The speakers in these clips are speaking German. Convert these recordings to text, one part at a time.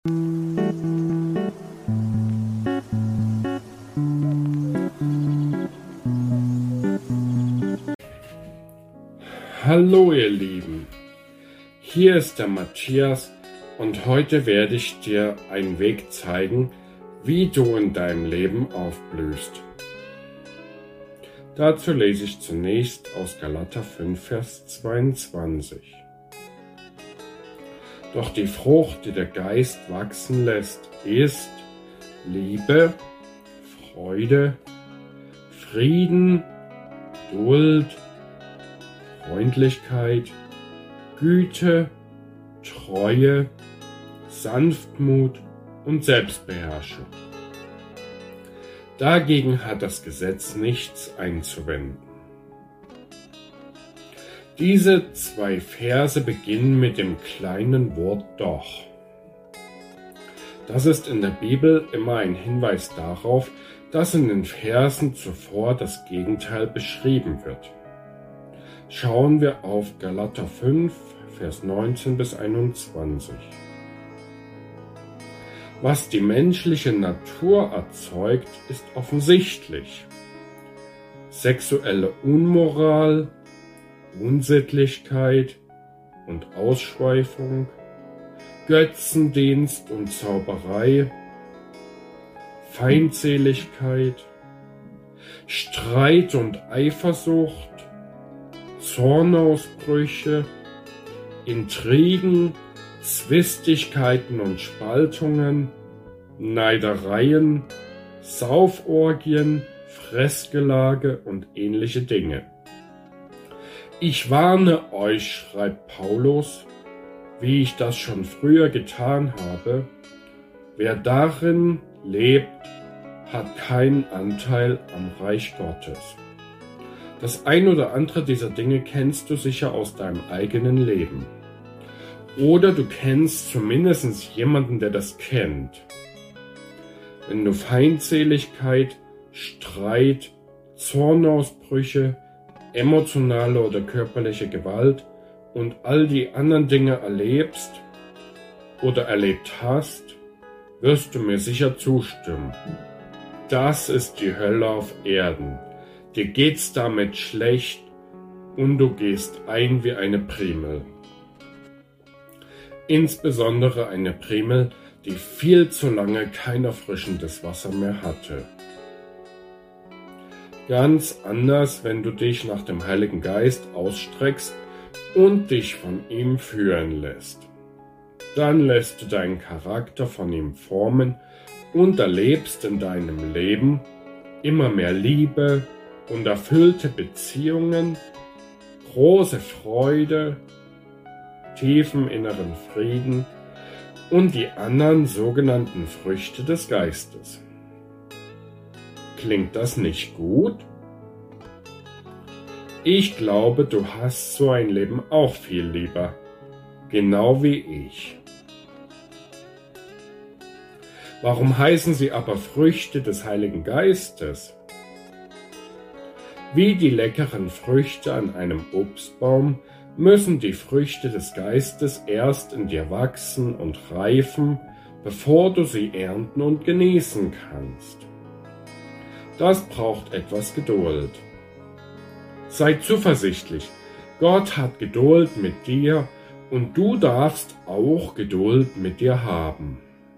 Hallo ihr Lieben, hier ist der Matthias und heute werde ich dir einen Weg zeigen, wie du in deinem Leben aufblühst. Dazu lese ich zunächst aus Galater 5, Vers 22. Doch die Frucht, die der Geist wachsen lässt, ist Liebe, Freude, Frieden, Geduld, Freundlichkeit, Güte, Treue, Sanftmut und Selbstbeherrschung. Dagegen hat das Gesetz nichts einzuwenden. Diese zwei Verse beginnen mit dem kleinen Wort doch. Das ist in der Bibel immer ein Hinweis darauf, dass in den Versen zuvor das Gegenteil beschrieben wird. Schauen wir auf Galater 5, Vers 19 bis 21. Was die menschliche Natur erzeugt, ist offensichtlich. Sexuelle Unmoral, Unsittlichkeit und Ausschweifung, Götzendienst und Zauberei, Feindseligkeit, Streit und Eifersucht, Zornausbrüche, Intrigen, Zwistigkeiten und Spaltungen, Neidereien, Sauforgien, Fressgelage und ähnliche Dinge. Ich warne euch, schreibt Paulus, wie ich das schon früher getan habe, wer darin lebt, hat keinen Anteil am Reich Gottes. Das ein oder andere dieser Dinge kennst du sicher aus deinem eigenen Leben. Oder du kennst zumindest jemanden, der das kennt. Wenn du Feindseligkeit, Streit, Zornausbrüche, emotionale oder körperliche Gewalt und all die anderen Dinge erlebst oder erlebt hast, wirst du mir sicher zustimmen. Das ist die Hölle auf Erden. Dir geht's damit schlecht und du gehst ein wie eine Primel. Insbesondere eine Primel, die viel zu lange kein erfrischendes Wasser mehr hatte. Ganz anders, wenn du dich nach dem Heiligen Geist ausstreckst und dich von ihm führen lässt. Dann lässt du deinen Charakter von ihm formen und erlebst in deinem Leben immer mehr Liebe und erfüllte Beziehungen, große Freude, tiefen inneren Frieden und die anderen sogenannten Früchte des Geistes. Klingt das nicht gut? Ich glaube, du hast so ein Leben auch viel lieber, genau wie ich. Warum heißen sie aber Früchte des Heiligen Geistes? Wie die leckeren Früchte an einem Obstbaum müssen die Früchte des Geistes erst in dir wachsen und reifen, bevor du sie ernten und genießen kannst. Das braucht etwas Geduld. Sei zuversichtlich, Gott hat Geduld mit dir und du darfst auch Geduld mit dir haben.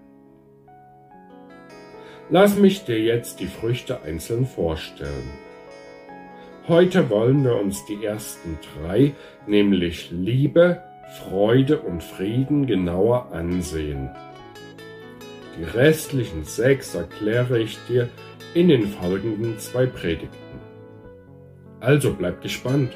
Lass mich dir jetzt die Früchte einzeln vorstellen. Heute wollen wir uns die ersten drei, nämlich Liebe, Freude und Frieden, genauer ansehen. Die restlichen 6 erkläre ich dir in den folgenden 2 Predigten. Also bleib gespannt.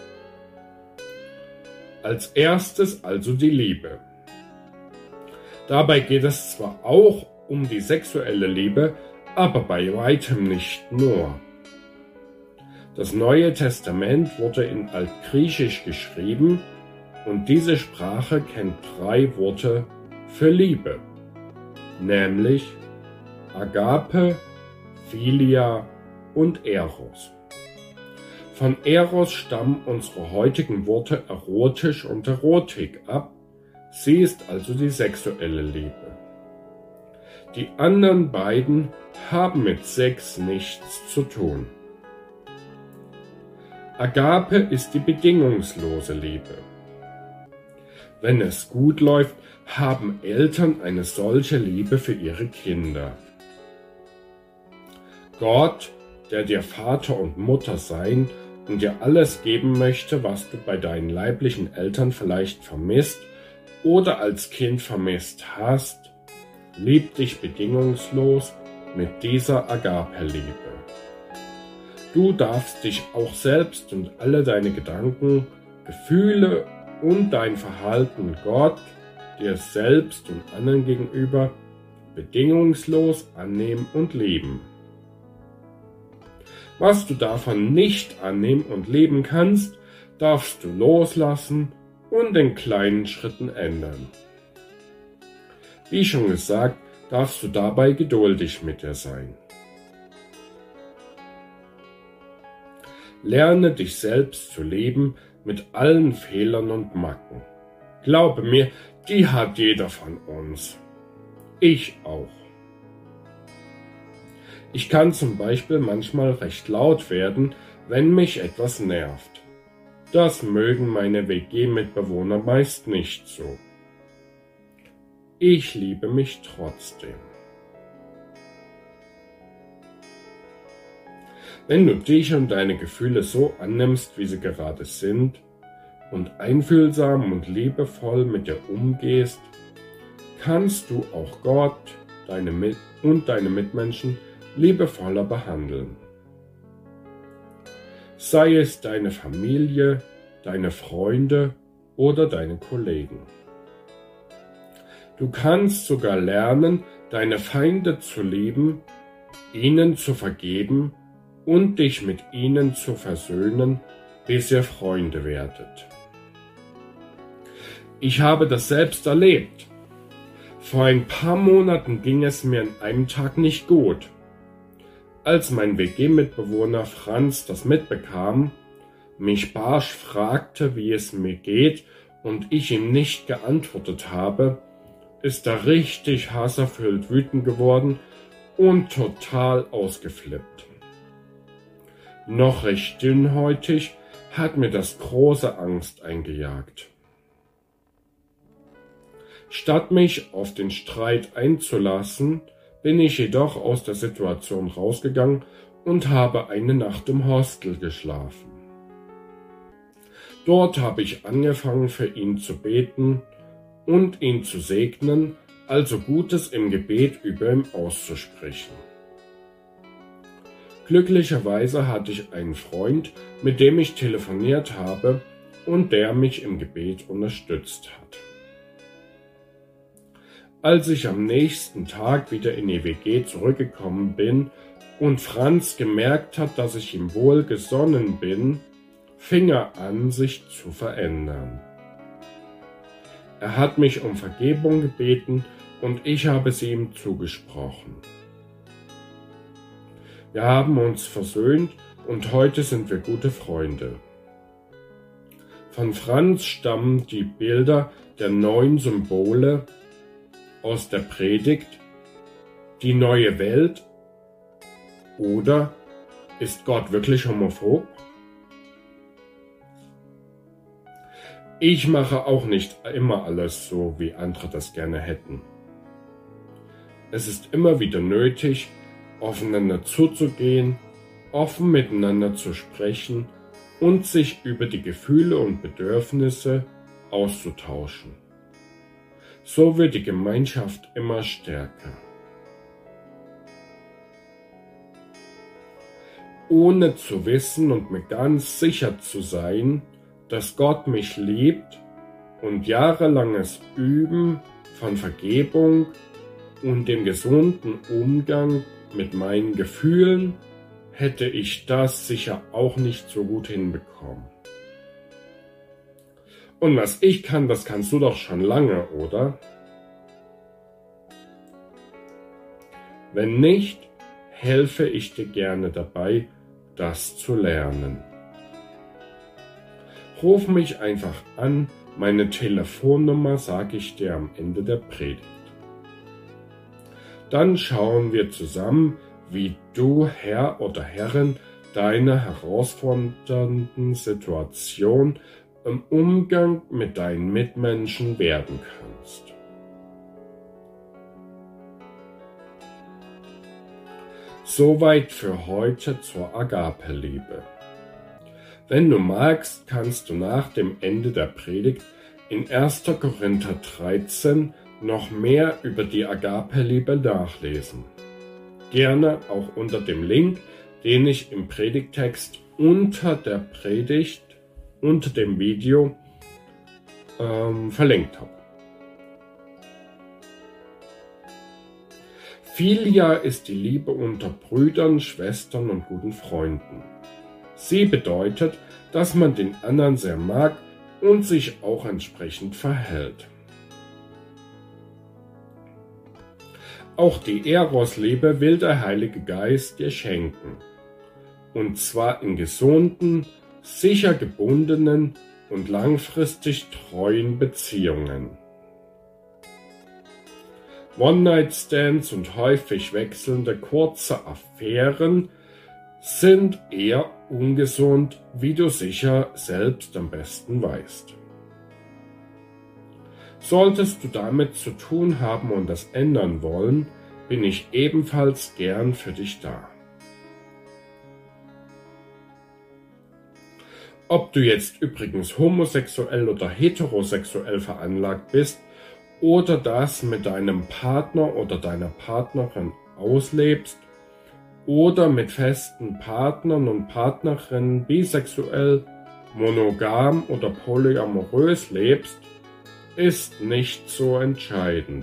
Als erstes also die Liebe. Dabei geht es zwar auch um die sexuelle Liebe, aber bei weitem nicht nur. Das Neue Testament wurde in Altgriechisch geschrieben und diese Sprache kennt 3 Worte für Liebe, nämlich Agape, Philia und Eros. Von Eros stammen unsere heutigen Worte erotisch und Erotik ab, sie ist also die sexuelle Liebe. Die anderen beiden haben mit Sex nichts zu tun. Agape ist die bedingungslose Liebe. Wenn es gut läuft, haben Eltern eine solche Liebe für ihre Kinder. Gott, der dir Vater und Mutter sein und dir alles geben möchte, was du bei deinen leiblichen Eltern vielleicht vermisst oder als Kind vermisst hast, liebt dich bedingungslos mit dieser Agape-Liebe. Du darfst dich auch selbst und alle deine Gedanken, Gefühle und dein Verhalten Gott, dir selbst und anderen gegenüber bedingungslos annehmen und lieben. Was du davon nicht annehmen und leben kannst, darfst du loslassen und in kleinen Schritten ändern. Wie schon gesagt, darfst du dabei geduldig mit dir sein. Lerne dich selbst zu lieben mit allen Fehlern und Macken. Glaube mir, die hat jeder von uns. Ich auch. Ich kann zum Beispiel manchmal recht laut werden, wenn mich etwas nervt. Das mögen meine WG-Mitbewohner meist nicht so. Ich liebe mich trotzdem. Wenn du dich und deine Gefühle so annimmst, wie sie gerade sind, und einfühlsam und liebevoll mit dir umgehst, kannst du auch Gott und deine Mitmenschen liebevoller behandeln. Sei es deine Familie, deine Freunde oder deine Kollegen. Du kannst sogar lernen, deine Feinde zu lieben, ihnen zu vergeben und dich mit ihnen zu versöhnen, bis ihr Freunde werdet. Ich habe das selbst erlebt. Vor ein paar Monaten ging es mir an einem Tag nicht gut. Als mein WG-Mitbewohner Franz das mitbekam, mich barsch fragte, wie es mir geht und ich ihm nicht geantwortet habe, ist er richtig hasserfüllt wütend geworden und total ausgeflippt. Noch recht dünnhäutig hat mir das große Angst eingejagt. Statt mich auf den Streit einzulassen, bin ich jedoch aus der Situation rausgegangen und habe eine Nacht im Hostel geschlafen. Dort habe ich angefangen, für ihn zu beten und ihn zu segnen, also Gutes im Gebet über ihm auszusprechen. Glücklicherweise hatte ich einen Freund, mit dem ich telefoniert habe und der mich im Gebet unterstützt hat. Als ich am nächsten Tag wieder in die WG zurückgekommen bin und Franz gemerkt hat, dass ich ihm wohlgesonnen bin, fing er an, sich zu verändern. Er hat mich um Vergebung gebeten und ich habe sie ihm zugesprochen. Wir haben uns versöhnt und heute sind wir gute Freunde. Von Franz stammen die Bilder der 9 Symbole aus der Predigt, die neue Welt, oder ist Gott wirklich homophob? Ich mache auch nicht immer alles so, wie andere das gerne hätten. Es ist immer wieder nötig, aufeinander zuzugehen, offen miteinander zu sprechen und sich über die Gefühle und Bedürfnisse auszutauschen. So wird die Gemeinschaft immer stärker. Ohne zu wissen und mir ganz sicher zu sein, dass Gott mich liebt und jahrelanges Üben von Vergebung und dem gesunden Umgang mit meinen Gefühlen, hätte ich das sicher auch nicht so gut hinbekommen. Und was ich kann, das kannst du doch schon lange, oder? Wenn nicht, helfe ich dir gerne dabei, das zu lernen. Ruf mich einfach an, meine Telefonnummer sage ich dir am Ende der Predigt. Dann schauen wir zusammen, wie du, Herr oder Herrin, deine herausfordernden Situation im Umgang mit deinen Mitmenschen werden kannst. Soweit für heute zur Agape-Liebe. Wenn du magst, kannst du nach dem Ende der Predigt in 1. Korinther 13 noch mehr über die Agape-Liebe nachlesen. Gerne auch unter dem Link, den ich im Predigttext unter der Predigt, unter dem Video verlinkt habe. Philia ist die Liebe unter Brüdern, Schwestern und guten Freunden. Sie bedeutet, dass man den anderen sehr mag und sich auch entsprechend verhält. Auch die Eros-Liebe will der Heilige Geist dir schenken. Und zwar in gesunden, sicher gebundenen und langfristig treuen Beziehungen. One-Night-Stands und häufig wechselnde kurze Affären sind eher ungesund, wie du sicher selbst am besten weißt. Solltest du damit zu tun haben und das ändern wollen, bin ich ebenfalls gern für dich da. Ob du jetzt übrigens homosexuell oder heterosexuell veranlagt bist oder das mit deinem Partner oder deiner Partnerin auslebst oder mit festen Partnern und Partnerinnen bisexuell, monogam oder polyamorös lebst, ist nicht so entscheidend.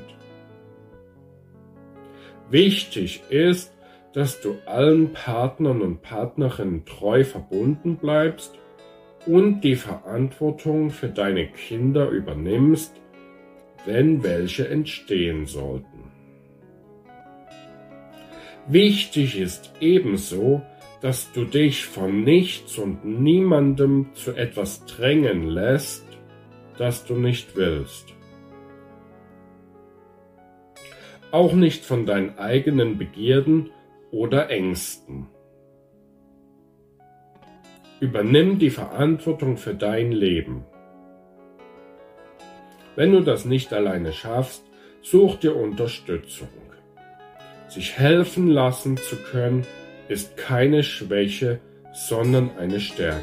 Wichtig ist, dass du allen Partnern und Partnerinnen treu verbunden bleibst und die Verantwortung für deine Kinder übernimmst, wenn welche entstehen sollten. Wichtig ist ebenso, dass du dich von nichts und niemandem zu etwas drängen lässt, das du nicht willst. Auch nicht von deinen eigenen Begierden oder Ängsten. Übernimm die Verantwortung für dein Leben. Wenn du das nicht alleine schaffst, such dir Unterstützung. Sich helfen lassen zu können, ist keine Schwäche, sondern eine Stärke.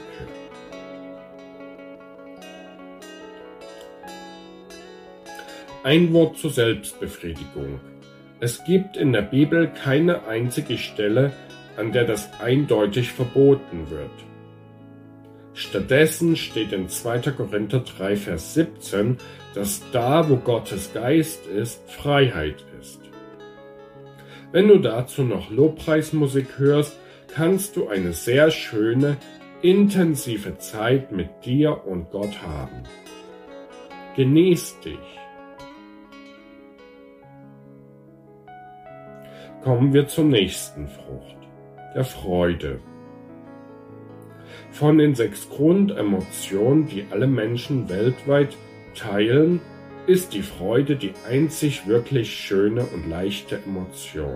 Ein Wort zur Selbstbefriedigung. Es gibt in der Bibel keine einzige Stelle, an der das eindeutig verboten wird. Stattdessen steht in 2. Korinther 3, Vers 17, dass da, wo Gottes Geist ist, Freiheit ist. Wenn du dazu noch Lobpreismusik hörst, kannst du eine sehr schöne, intensive Zeit mit dir und Gott haben. Genieß dich. Kommen wir zur nächsten Frucht, der Freude. Von den 6 Grundemotionen, die alle Menschen weltweit teilen, ist die Freude die einzig wirklich schöne und leichte Emotion.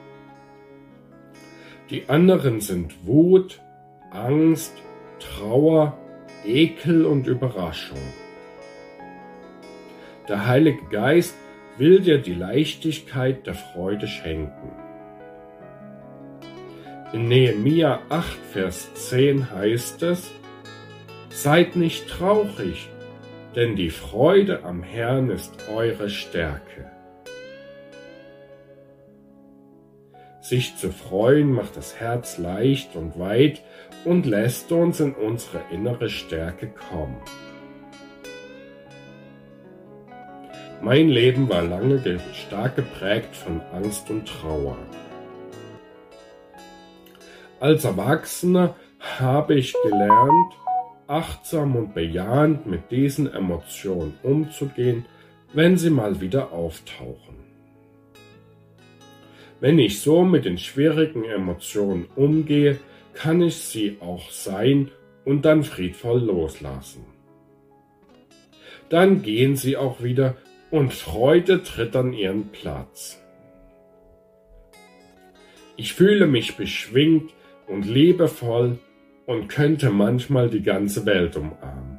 Die anderen sind Wut, Angst, Trauer, Ekel und Überraschung. Der Heilige Geist will dir die Leichtigkeit der Freude schenken. In Nehemia 8, Vers 10 heißt es: Seid nicht traurig, denn die Freude am Herrn ist eure Stärke. Sich zu freuen macht das Herz leicht und weit und lässt uns in unsere innere Stärke kommen. Mein Leben war lange stark geprägt von Angst und Trauer. Als Erwachsener habe ich gelernt, achtsam und bejahend mit diesen Emotionen umzugehen, wenn sie mal wieder auftauchen. Wenn ich so mit den schwierigen Emotionen umgehe, kann ich sie auch sein und dann friedvoll loslassen. Dann gehen sie auch wieder und Freude tritt an ihren Platz. Ich fühle mich beschwingt und liebevoll und könnte manchmal die ganze Welt umarmen.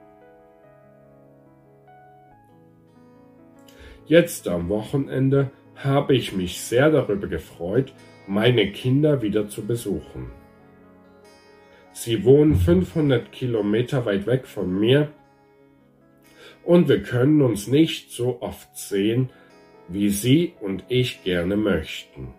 Jetzt am Wochenende habe ich mich sehr darüber gefreut, meine Kinder wieder zu besuchen. Sie wohnen 500 Kilometer weit weg von mir und wir können uns nicht so oft sehen, wie sie und ich gerne möchten.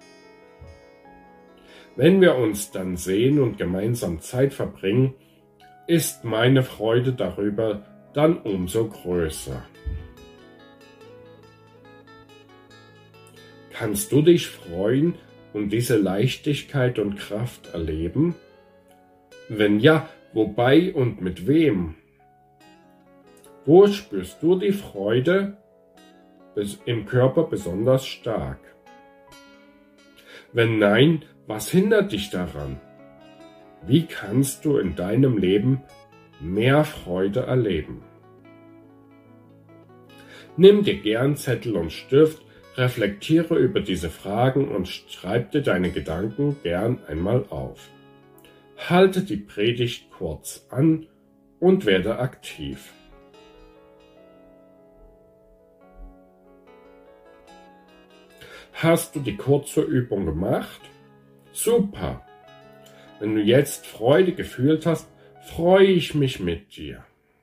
Wenn wir uns dann sehen und gemeinsam Zeit verbringen, ist meine Freude darüber dann umso größer. Kannst du dich freuen und diese Leichtigkeit und Kraft erleben? Wenn ja, wobei und mit wem? Wo spürst du die Freude im Körper besonders stark? Wenn nein, was hindert dich daran? Wie kannst du in deinem Leben mehr Freude erleben? Nimm dir gern Zettel und Stift, reflektiere über diese Fragen und schreib dir deine Gedanken gern einmal auf. Halte die Predigt kurz an und werde aktiv. Hast du die kurze Übung gemacht? Super! Wenn du jetzt Freude gefühlt hast, freue ich mich mit dir.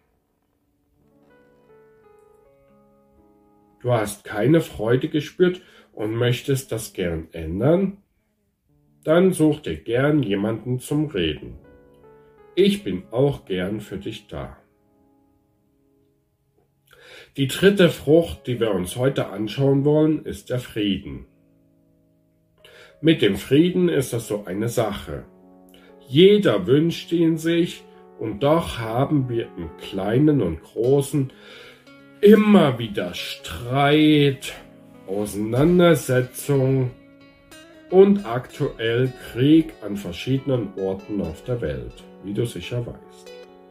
Du hast keine Freude gespürt und möchtest das gern ändern? Dann such dir gern jemanden zum Reden. Ich bin auch gern für dich da. Die dritte Frucht, die wir uns heute anschauen wollen, ist der Frieden. Mit dem Frieden ist das so eine Sache. Jeder wünscht ihn sich und doch haben wir im Kleinen und Großen immer wieder Streit, Auseinandersetzung und aktuell Krieg an verschiedenen Orten auf der Welt, wie du sicher weißt.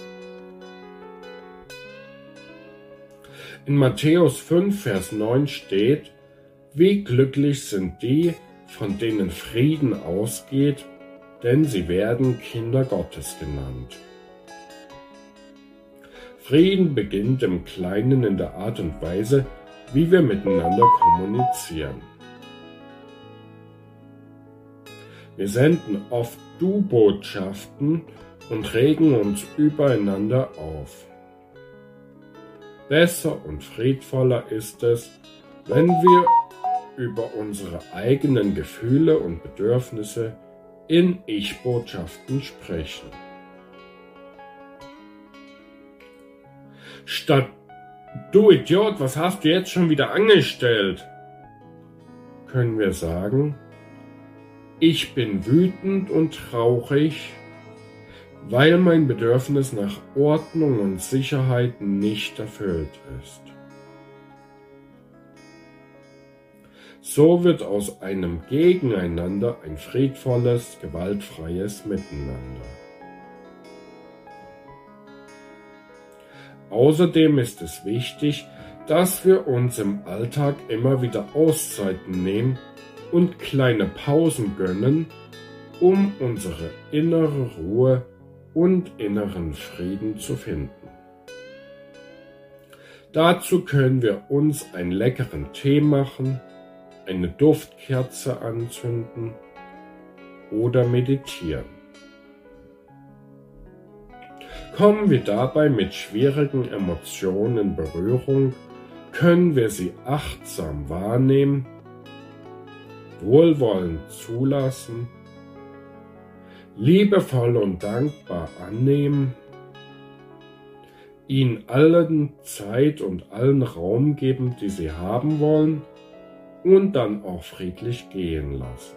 In Matthäus 5, Vers 9 steht: Wie glücklich sind die, von denen Frieden ausgeht, denn sie werden Kinder Gottes genannt. Frieden beginnt im Kleinen in der Art und Weise, wie wir miteinander kommunizieren. Wir senden oft Du-Botschaften und regen uns übereinander auf. Besser und friedvoller ist es, wenn wir über unsere eigenen Gefühle und Bedürfnisse in Ich-Botschaften sprechen. Statt "Du Idiot, was hast du jetzt schon wieder angestellt?" können wir sagen: Ich bin wütend und traurig, weil mein Bedürfnis nach Ordnung und Sicherheit nicht erfüllt ist. So wird aus einem Gegeneinander ein friedvolles, gewaltfreies Miteinander. Außerdem ist es wichtig, dass wir uns im Alltag immer wieder Auszeiten nehmen und kleine Pausen gönnen, um unsere innere Ruhe und inneren Frieden zu finden. Dazu können wir uns einen leckeren Tee machen, eine Duftkerze anzünden oder meditieren. Kommen wir dabei mit schwierigen Emotionen in Berührung, können wir sie achtsam wahrnehmen, wohlwollend zulassen, liebevoll und dankbar annehmen, ihnen allen Zeit und allen Raum geben, die sie haben wollen, und dann auch friedlich gehen lassen.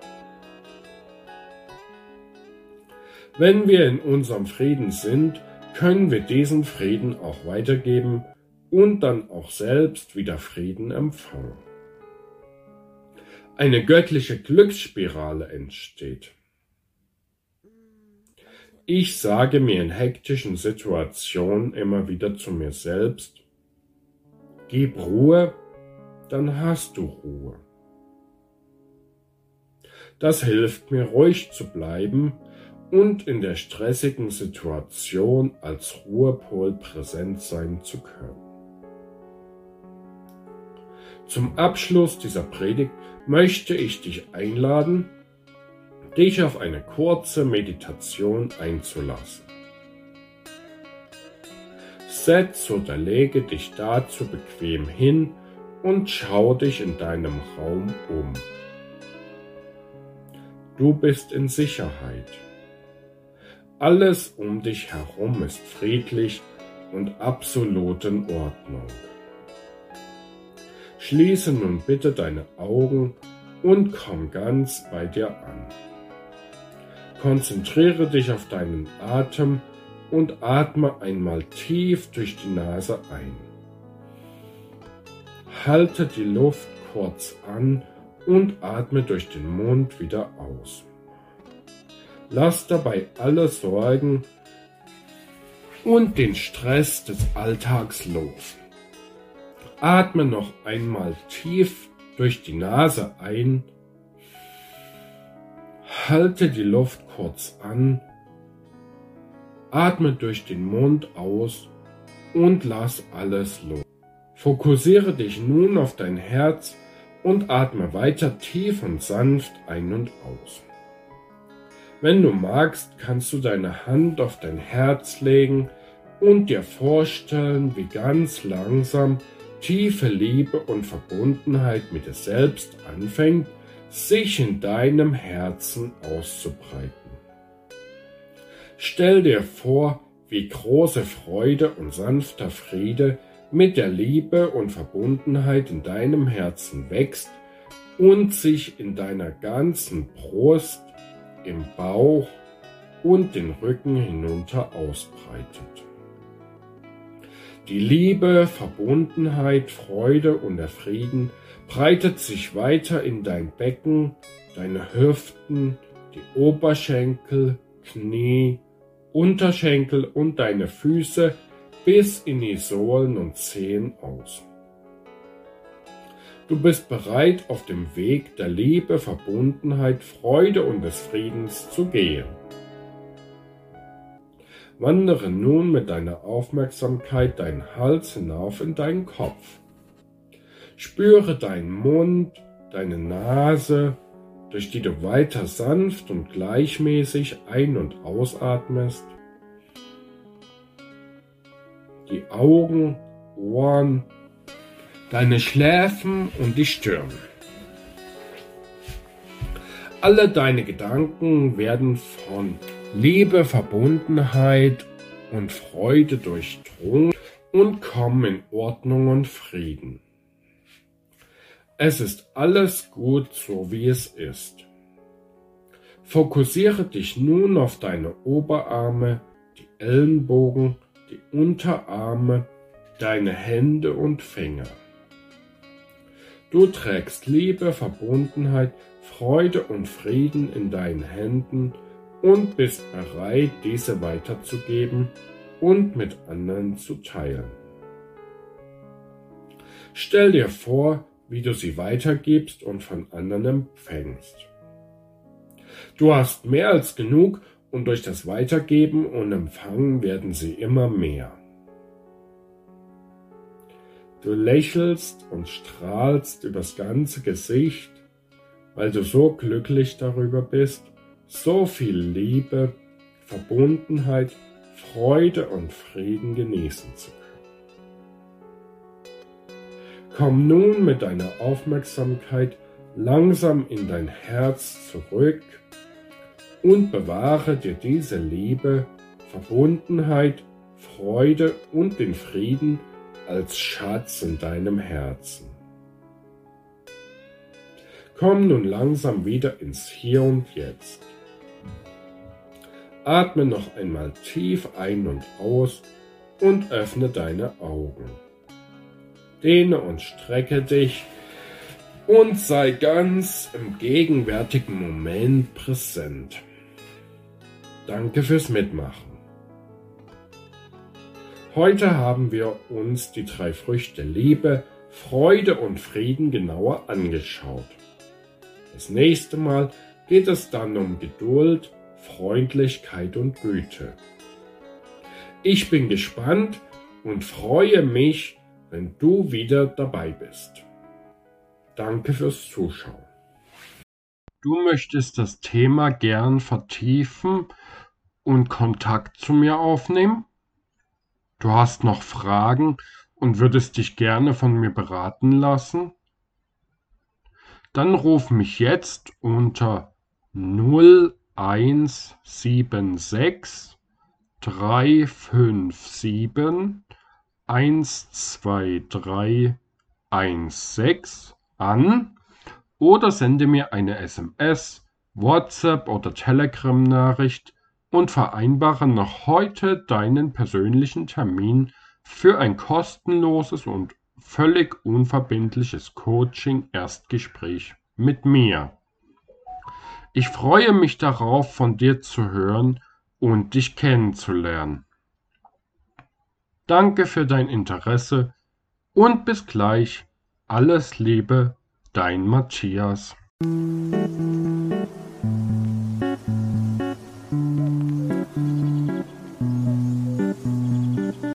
Wenn wir in unserem Frieden sind, können wir diesen Frieden auch weitergeben und dann auch selbst wieder Frieden empfangen. Eine göttliche Glücksspirale entsteht. Ich sage mir in hektischen Situationen immer wieder zu mir selbst: Gib Ruhe, dann hast du Ruhe. Das hilft mir, ruhig zu bleiben und in der stressigen Situation als Ruhepol präsent sein zu können. Zum Abschluss dieser Predigt möchte ich dich einladen, dich auf eine kurze Meditation einzulassen. Setz oder lege dich dazu bequem hin und schau dich in deinem Raum um. Du bist in Sicherheit. Alles um dich herum ist friedlich und absolut in Ordnung. Schließe nun bitte deine Augen und komm ganz bei dir an. Konzentriere dich auf deinen Atem und atme einmal tief durch die Nase ein. Halte die Luft kurz an und atme durch den Mund wieder aus. Lass dabei alle Sorgen und den Stress des Alltags los. Atme noch einmal tief durch die Nase ein, halte die Luft kurz an, atme durch den Mund aus und lass alles los. Fokussiere dich nun auf dein Herz und atme weiter tief und sanft ein und aus. Wenn du magst, kannst du deine Hand auf dein Herz legen und dir vorstellen, wie ganz langsam tiefe Liebe und Verbundenheit mit dir selbst anfängt, sich in deinem Herzen auszubreiten. Stell dir vor, wie große Freude und sanfter Friede mit der Liebe und Verbundenheit in deinem Herzen wächst und sich in deiner ganzen Brust, im Bauch und den Rücken hinunter ausbreitet. Die Liebe, Verbundenheit, Freude und der Frieden breitet sich weiter in dein Becken, deine Hüften, die Oberschenkel, Knie, Unterschenkel und deine Füße bis in die Sohlen und Zehen aus. Du bist bereit, auf dem Weg der Liebe, Verbundenheit, Freude und des Friedens zu gehen. Wandere nun mit deiner Aufmerksamkeit deinen Hals hinauf in deinen Kopf. Spüre deinen Mund, deine Nase, durch die du weiter sanft und gleichmäßig ein- und ausatmest. Die Augen, Ohren, deine Schläfen und die Stirn. Alle deine Gedanken werden von Liebe, Verbundenheit und Freude durchdrungen und kommen in Ordnung und Frieden. Es ist alles gut, so wie es ist. Fokussiere dich nun auf deine Oberarme, die Ellenbogen, die Unterarme, deine Hände und Finger. Du trägst Liebe, Verbundenheit, Freude und Frieden in deinen Händen und bist bereit, diese weiterzugeben und mit anderen zu teilen. Stell dir vor, wie du sie weitergibst und von anderen empfängst. Du hast mehr als genug und durch das Weitergeben und Empfangen werden sie immer mehr. Du lächelst und strahlst übers ganze Gesicht, weil du so glücklich darüber bist, so viel Liebe, Verbundenheit, Freude und Frieden genießen zu können. Komm nun mit deiner Aufmerksamkeit langsam in dein Herz zurück und bewahre dir diese Liebe, Verbundenheit, Freude und den Frieden als Schatz in deinem Herzen. Komm nun langsam wieder ins Hier und Jetzt. Atme noch einmal tief ein und aus und öffne deine Augen. Dehne und strecke dich und sei ganz im gegenwärtigen Moment präsent. Danke fürs Mitmachen. Heute haben wir uns die 3 Früchte Liebe, Freude und Frieden genauer angeschaut. Das nächste Mal geht es dann um Geduld, Freundlichkeit und Güte. Ich bin gespannt und freue mich, wenn du wieder dabei bist. Danke fürs Zuschauen. Du möchtest das Thema gern vertiefen und Kontakt zu mir aufnehmen? Du hast noch Fragen und würdest dich gerne von mir beraten lassen? Dann ruf mich jetzt unter 0176 357 12316 an oder sende mir eine SMS, WhatsApp oder Telegram-Nachricht und vereinbare noch heute deinen persönlichen Termin für ein kostenloses und völlig unverbindliches Coaching-Erstgespräch mit mir. Ich freue mich darauf, von dir zu hören und dich kennenzulernen. Danke für dein Interesse und bis gleich. Alles Liebe, dein Matthias.